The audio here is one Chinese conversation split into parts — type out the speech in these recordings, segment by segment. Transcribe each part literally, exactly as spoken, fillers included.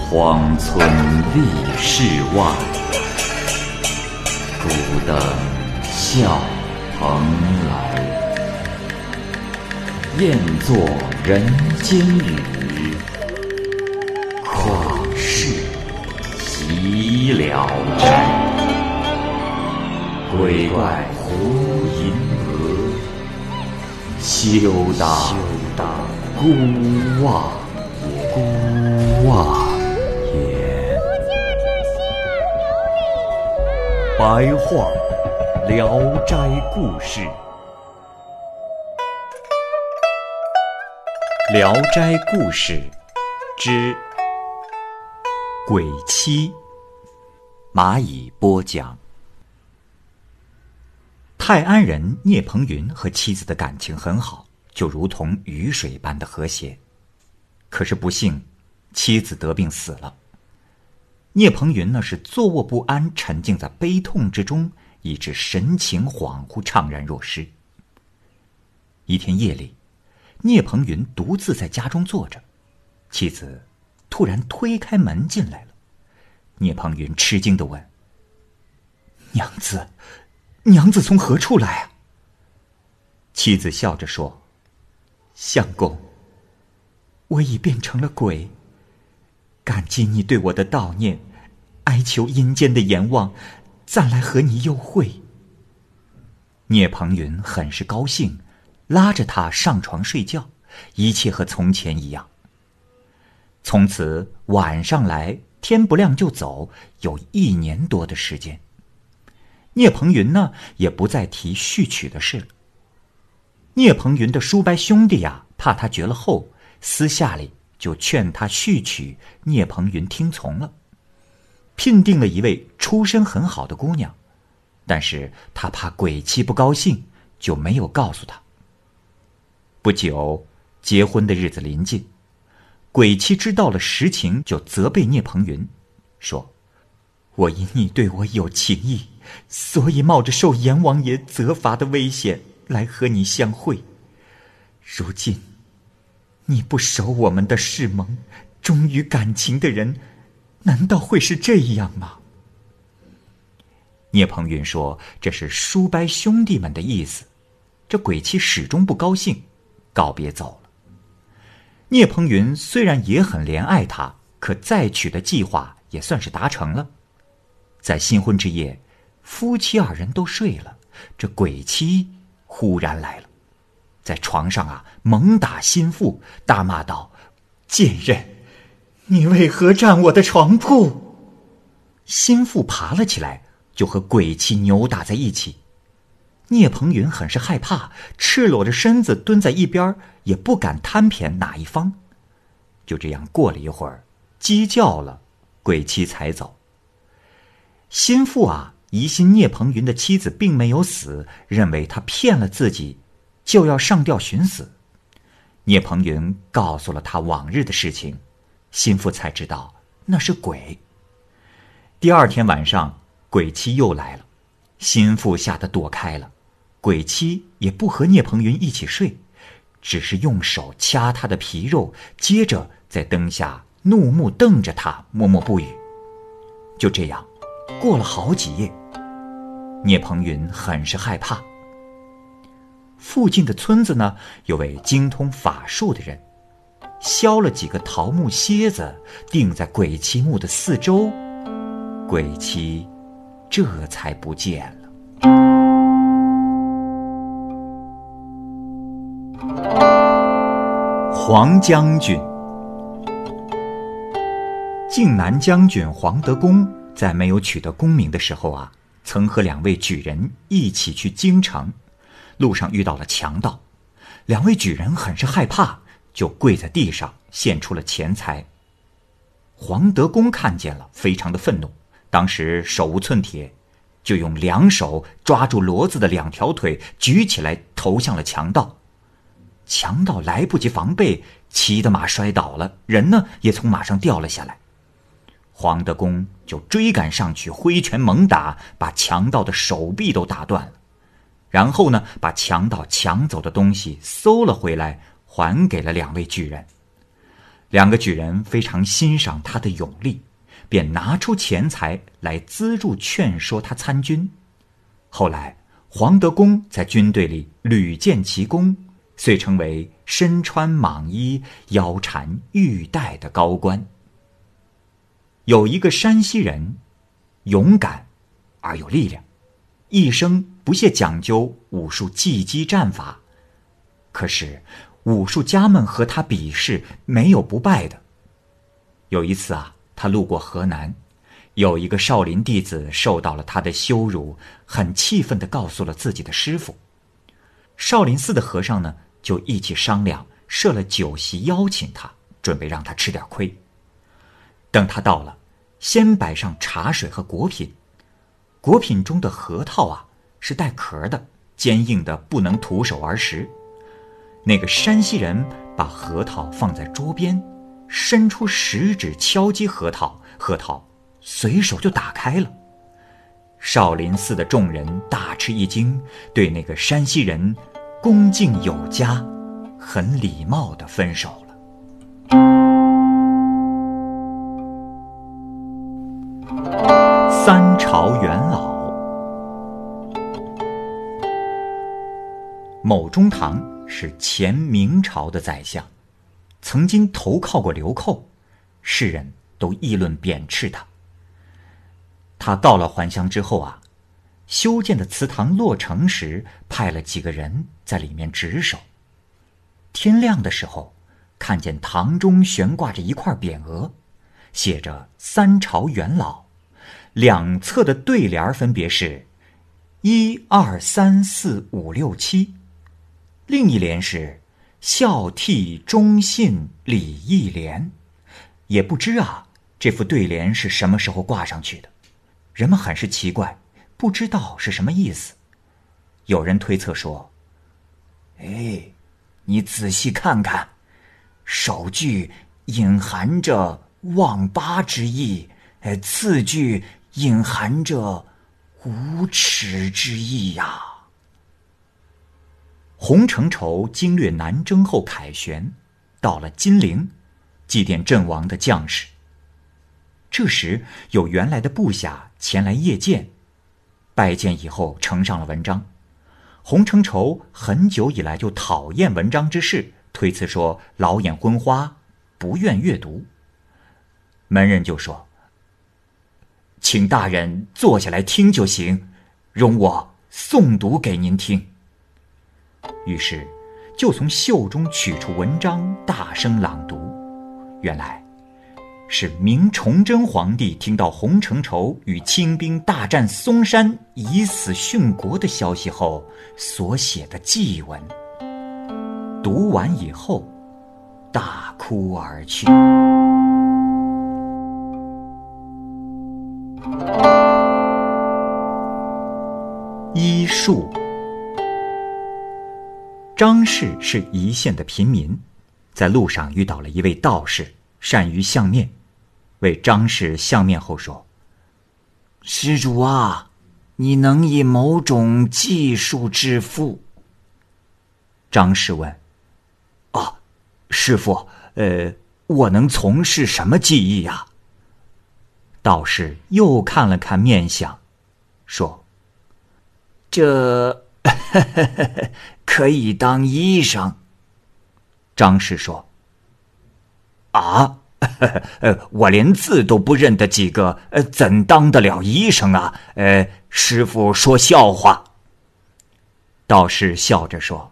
荒村立世外，孤灯笑蓬莱。雁作人间雨，旷世岂了斋。鬼怪胡银娥，休当孤望也。孤望也。 白话《聊斋故事》。《聊斋故事》之鬼妻。蚂蚁播讲。泰安人聂鹏云和妻子的感情很好，就如同雨水般的和谐。可是不幸，妻子得病死了。聂鹏云呢是坐卧不安，沉浸在悲痛之中，以致神情恍惚，怅然若失。一天夜里，聂鹏云独自在家中坐着，妻子突然推开门进来了。聂鹏云吃惊地问：“娘子，娘子从何处来啊？”妻子笑着说：“相公，我已变成了鬼，感激你对我的悼念，哀求阴间的阎王暂来和你幽会。”聂鹏云很是高兴，拉着他上床睡觉，一切和从前一样。从此晚上来，天不亮就走，有一年多的时间。聂鹏云呢，也不再提续娶的事了。聂鹏云的叔伯兄弟呀，怕他绝了后，私下里就劝他续娶，聂鹏云听从了，聘定了一位出身很好的姑娘，但是他怕鬼妻不高兴，就没有告诉他。不久，结婚的日子临近，鬼妻知道了实情，就责备聂鹏云，说：“我因你对我有情义，所以冒着受阎王爷责罚的危险来和你相会。如今你不守我们的誓盟，忠于感情的人，难道会是这样吗？”聂鹏云说：“这是叔伯兄弟们的意思。”这鬼妻始终不高兴，告别走了。聂鹏云虽然也很怜爱他，可再娶的计划也算是达成了。在新婚之夜，夫妻二人都睡了，这鬼妻忽然来了，在床上啊猛打心腹，大骂道：“贱人，你为何占我的床铺？”心腹爬了起来，就和鬼妻扭打在一起。聂鹏云很是害怕，赤裸着身子蹲在一边，也不敢摊偏哪一方。就这样过了一会儿，鸡叫了，鬼妻才走。心腹啊疑心聂鹏云的妻子并没有死，认为他骗了自己，就要上吊寻死。聂鹏云告诉了他往日的事情，心腹才知道那是鬼。第二天晚上，鬼妻又来了，心腹吓得躲开了。鬼妻也不和聂鹏云一起睡，只是用手掐他的皮肉，接着在灯下怒目瞪着他，默默不语。就这样过了好几夜，聂鹏云很是害怕。附近的村子呢，有位精通法术的人，削了几个桃木楔子，钉在鬼妻墓的四周，鬼妻这才不见了。黄将军。靖南将军黄德功在没有取得功名的时候啊，曾和两位举人一起去京城，路上遇到了强盗，两位举人很是害怕，就跪在地上献出了钱财。黄德功看见了，非常的愤怒，当时手无寸铁，就用两手抓住骡子的两条腿，举起来投向了强盗。强盗来不及防备，骑的马摔倒了，人呢也从马上掉了下来。黄德功就追赶上去，挥拳猛打，把强盗的手臂都打断了。然后呢，把强盗抢走的东西搜了回来，还给了两位巨人。 两个举人非常欣赏他的勇力，便拿出钱财来资助劝说他参军。后来黄德功在军队里屡建奇功，遂成为身穿蟒衣、腰缠玉带的高官。有一个山西人，勇敢而有力量，一生不懈讲究武术技击战法。可是武术家们和他比试，没有不败的。有一次啊，他路过河南，有一个少林弟子受到了他的羞辱，很气愤地告诉了自己的师傅。少林寺的和尚呢，就一起商量，设了酒席邀请他，准备让他吃点亏。等他到了，先摆上茶水和果品。果品中的核桃啊，是带壳的，坚硬的不能徒手而食。那个山西人把核桃放在桌边，伸出食指敲击核桃，核桃随手就打开了。少林寺的众人大吃一惊，对那个山西人恭敬有加，很礼貌地分手了。三朝元老。某中堂是前明朝的宰相，曾经投靠过流寇，世人都议论贬斥他。他告老还乡之后啊，修建的祠堂落成时，派了几个人在里面值守。天亮的时候，看见堂中悬挂着一块匾额，写着三朝元老，两侧的对联分别是一二三四五六七，另一联是孝悌忠信礼义廉。也不知啊，这副对联是什么时候挂上去的，人们很是奇怪，不知道是什么意思。有人推测说，哎，你仔细看看，首句隐含着忘八之意，呃，次句隐含着无耻之意呀。洪承畴经略南征后凯旋，到了金陵，祭奠阵亡的将士。这时有原来的部下前来谒见，拜见以后呈上了文章。洪承畴很久以来就讨厌文章之事，推辞说老眼昏花，不愿阅读。门人就说，请大人坐下来听就行，容我诵读给您听。于是就从袖中取出文章，大声朗读。原来是明崇祯皇帝听到洪承畴与清兵大战嵩山以死殉国的消息后所写的祭文。读完以后大哭而去。医术。张氏是一县的贫民，在路上遇到了一位道士，善于相面，为张氏相面后说，施主啊，你能以某种技术致富？张氏问，啊，师父，呃，我能从事什么技艺呀？道士又看了看面相，说，这可以当医生。张氏说，啊，我连字都不认得几个，怎当得了医生啊？呃，师父说笑话。道士笑着说，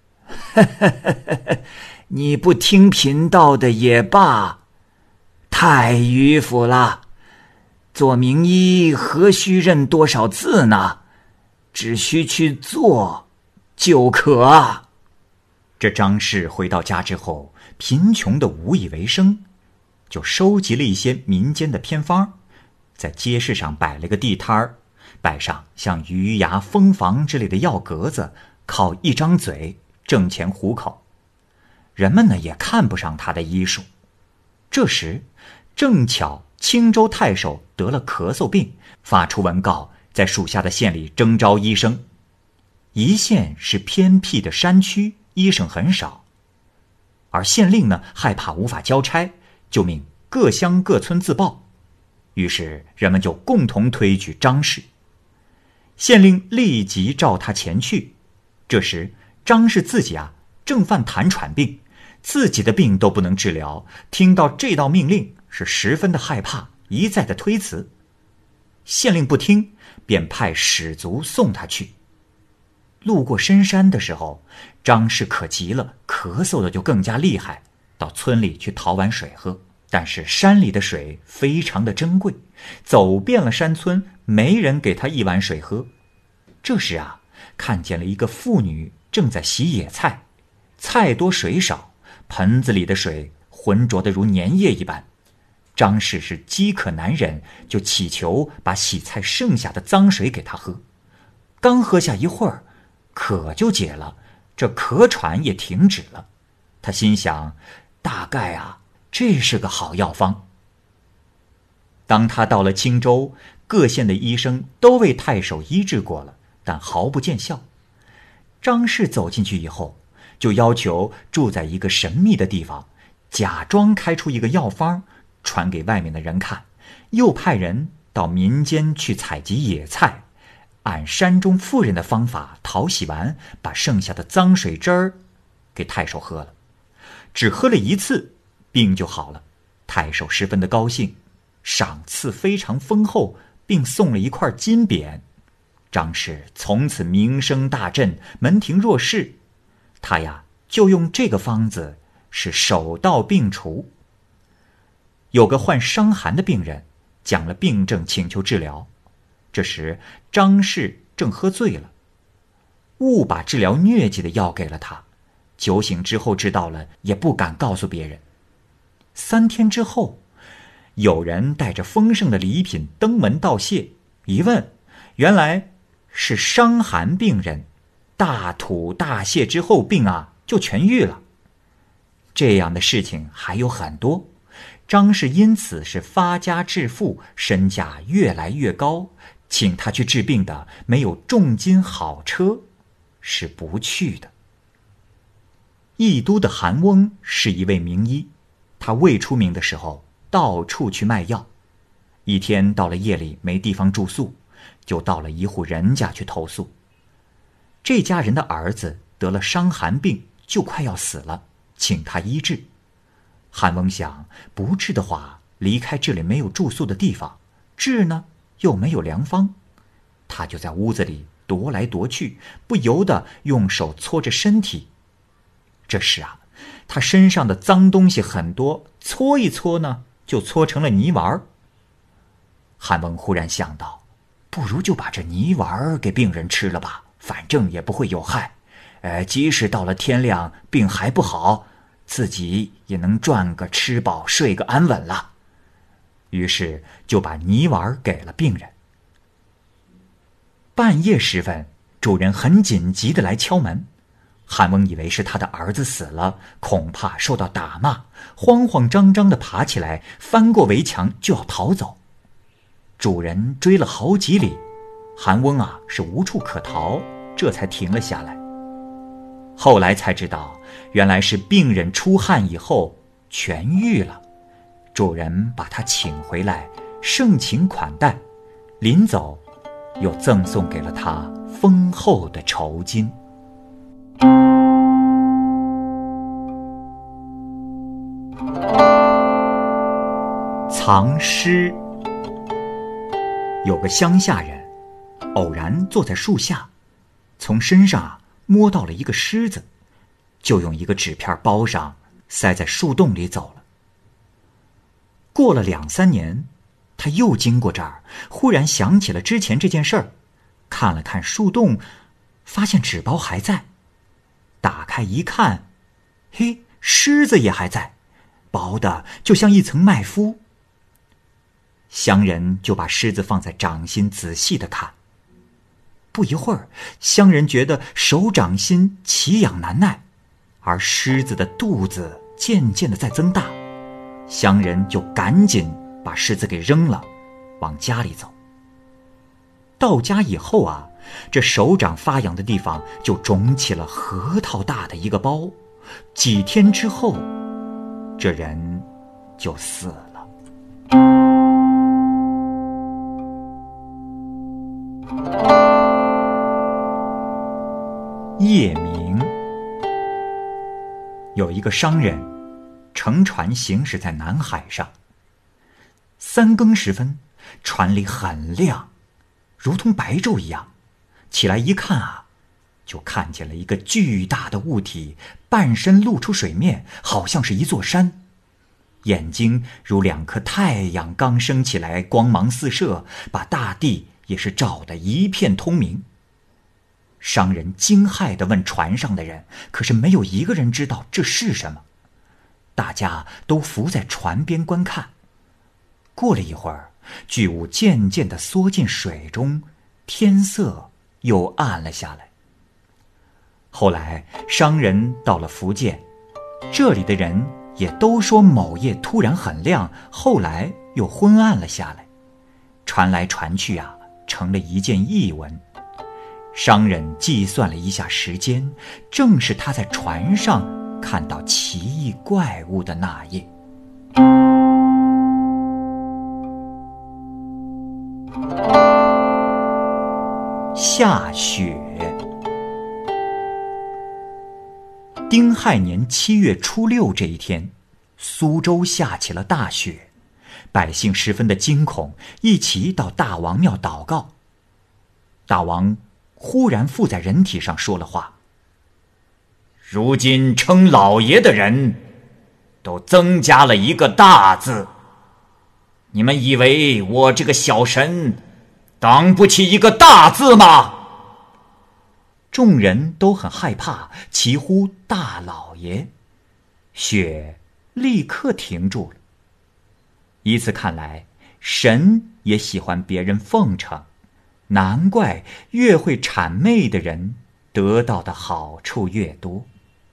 你不听贫道的也罢，太迂腐了。做名医何须认多少字呢？只需去做就可啊。这张氏回到家之后，贫穷的无以为生，就收集了一些民间的偏方，在街市上摆了个地摊儿，摆上像鱼牙蜂房之类的药格子，靠一张嘴挣钱糊口。人们呢也看不上他的医术。这时正巧青州太守得了咳嗽病，发出文告，在属下的县里征招医生。一县是偏僻的山区，医生很少。 而县令呢，害怕无法交差，就命各乡各村自报。于是人们就共同推举张氏。县令立即召他前去。这时张氏自己啊正犯痰喘病，自己的病都不能治疗，听到这道命令是十分的害怕，一再的推辞。县令不听，便派使卒送他去。路过深山的时候，张氏渴极了，咳嗽的就更加厉害，到村里去讨碗水喝。但是山里的水非常的珍贵，走遍了山村，没人给他一碗水喝。这时啊，看见了一个妇女正在洗野菜，菜多水少，盆子里的水浑浊得如粘液一般。张氏是饥渴难忍，就祈求把洗菜剩下的脏水给他喝。刚喝下一会儿，渴就解了，这咳喘也停止了。他心想，大概啊，这是个好药方。当他到了青州，各县的医生都为太守医治过了，但毫不见效。张氏走进去以后，就要求住在一个神秘的地方，假装开出一个药方，传给外面的人看，又派人到民间去采集野菜，按山中妇人的方法淘洗完，把剩下的脏水汁儿给太守喝了。只喝了一次，病就好了。太守十分的高兴，赏赐非常丰厚，并送了一块金匾。张氏从此名声大振，门庭若市。他呀，就用这个方子是手到病除。有个患伤寒的病人，讲了病症，请求治疗。这时张氏正喝醉了，误把治疗疟疾的药给了他。酒醒之后知道了，也不敢告诉别人。三天之后，有人带着丰盛的礼品登门道谢，一问，原来是伤寒病人，大吐大泻之后，病啊就痊愈了。这样的事情还有很多。张氏因此是发家致富，身价越来越高，请他去治病的没有重金好车是不去的。益都的韩翁是一位名医，他未出名的时候到处去卖药。一天到了夜里没地方住宿，就到了一户人家去投宿。这家人的儿子得了伤寒病，就快要死了，请他医治。韩翁想，不治的话，离开这里没有住宿的地方，治呢又没有良方，他就在屋子里踱来踱去，不由得用手搓着身体。这时啊，他身上的脏东西很多，搓一搓呢，就搓成了泥丸。韩翁忽然想到，不如就把这泥丸给病人吃了吧，反正也不会有害。呃，即使到了天亮，病还不好，自己也能赚个吃饱睡个安稳了。于是就把泥丸给了病人。半夜时分，主人很紧急地来敲门。韩翁以为是他的儿子死了，恐怕受到打骂，慌慌张张地爬起来，翻过围墙就要逃走。主人追了好几里，韩翁啊是无处可逃，这才停了下来。后来才知道，原来是病人出汗以后痊愈了，主人把他请回来，盛情款待，临走又赠送给了他丰厚的酬金。藏尸。有个乡下人偶然坐在树下，从身上啊摸到了一个狮子，就用一个纸片包上，塞在树洞里走了。过了两三年，他又经过这儿，忽然想起了之前这件事儿，看了看树洞，发现纸包还在，打开一看，嘿，狮子也还在，薄的就像一层麦麸。乡人就把狮子放在掌心仔细地看。不一会儿，乡人觉得手掌心奇痒难耐，而狮子的肚子渐渐地在增大，乡人就赶紧把狮子给扔了，往家里走。到家以后啊，这手掌发痒的地方就肿起了核桃大的一个包， 几天之后，这人就死了。夜明，有一个商人乘船行驶在南海上。三更时分，船里很亮，如同白昼一样。起来一看啊，就看见了一个巨大的物体，半身露出水面，好像是一座山。眼睛如两颗太阳刚升起来，光芒四射，把大地也是照得一片通明。商人惊骇地问船上的人，可是没有一个人知道这是什么。大家都伏在船边观看。过了一会儿，巨物渐渐地缩进水中，天色又暗了下来。后来商人到了福建，这里的人也都说某夜突然很亮，后来又昏暗了下来，传来传去啊，成了一件异闻。商人计算了一下时间，正是他在船上看到奇异怪物的那夜。下雪。丁亥年七月初六这一天，苏州下起了大雪，百姓十分的惊恐，一齐到大王庙祷告。大王忽然附在人体上说了话：如今称老爷的人都增加了一个大字，你们以为我这个小神当不起一个大字吗？众人都很害怕，齐呼大老爷。雪立刻停住了。以此看来，神也喜欢别人奉承，难怪越会谄媚的人得到的好处越多。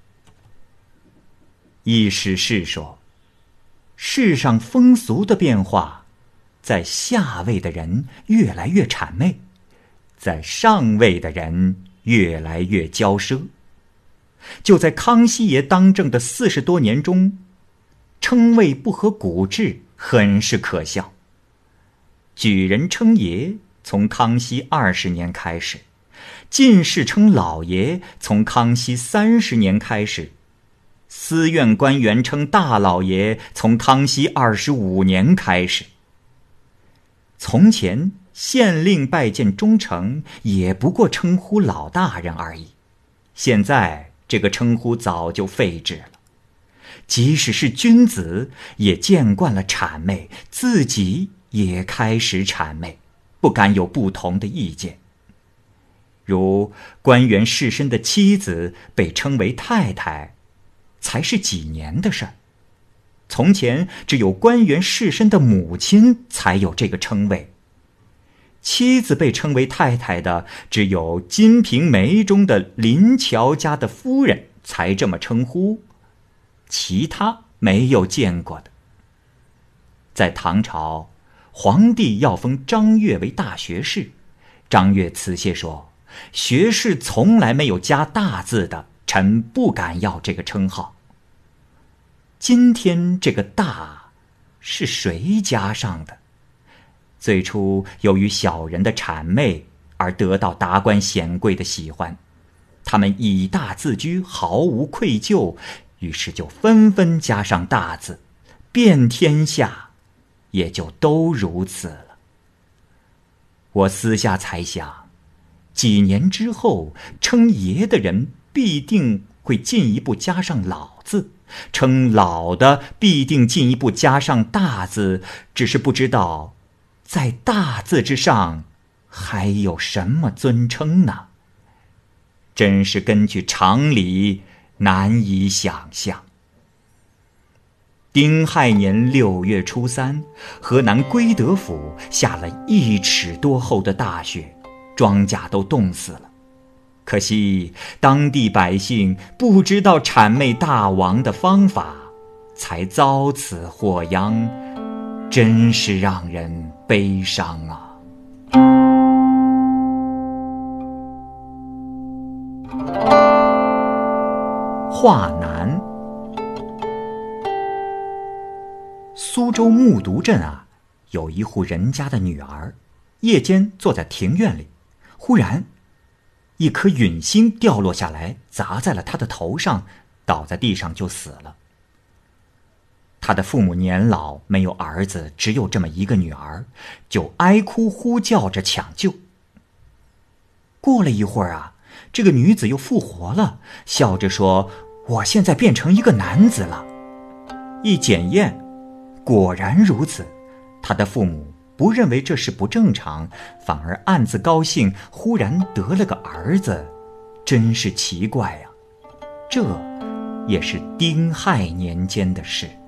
意思是说，世上风俗的变化，在下位的人越来越谄媚，在上位的人越来越骄奢。就在康熙爷当政的四十多年中，称谓不合古制，很是可笑。举人称爷从康熙二十年开始，进士称老爷从康熙三十年开始，司院官员称大老爷从康熙二十五年开始。从前县令拜见忠诚，也不过称呼老大人而已。现在这个称呼早就废止了。即使是君子，也见惯了谄媚，自己也开始谄媚，不敢有不同的意见。如官员士绅的妻子被称为太太，才是几年的事儿。从前只有官员士绅的母亲才有这个称谓。妻子被称为太太的，只有《金瓶梅》中的林乔家的夫人才这么称呼，其他没有见过的。在唐朝，皇帝要封张悦为大学士，张悦辞谢说：学士从来没有加大字的，臣不敢要这个称号。今天这个大是谁加上的？最初由于小人的谄媚而得到达官显贵的喜欢，他们以大自居，毫无愧疚，于是就纷纷加上大字，遍天下也就都如此了。我私下猜想，几年之后，称爷的人必定会进一步加上老字，称老的必定进一步加上大字，只是不知道在大字之上还有什么尊称呢？真是根据常理难以想象。丁亥年六月初三，河南归德府下了一尺多厚的大雪，庄稼都冻死了。可惜当地百姓不知道谄媚大王的方法，才遭此祸殃，真是让人悲伤啊。 画难。苏州木渎镇啊，有一户人家的女儿，夜间坐在庭院里，忽然一颗陨星掉落下来，砸在了她的头上，倒在地上就死了。她的父母年老，没有儿子，只有这么一个女儿，就哀哭呼叫着抢救。过了一会儿啊，这个女子又复活了，笑着说：“我现在变成一个男子了。”一检验，果然如此。他的父母不认为这是不正常，反而暗自高兴，忽然得了个儿子，真是奇怪呀！这也是丁亥年间的事。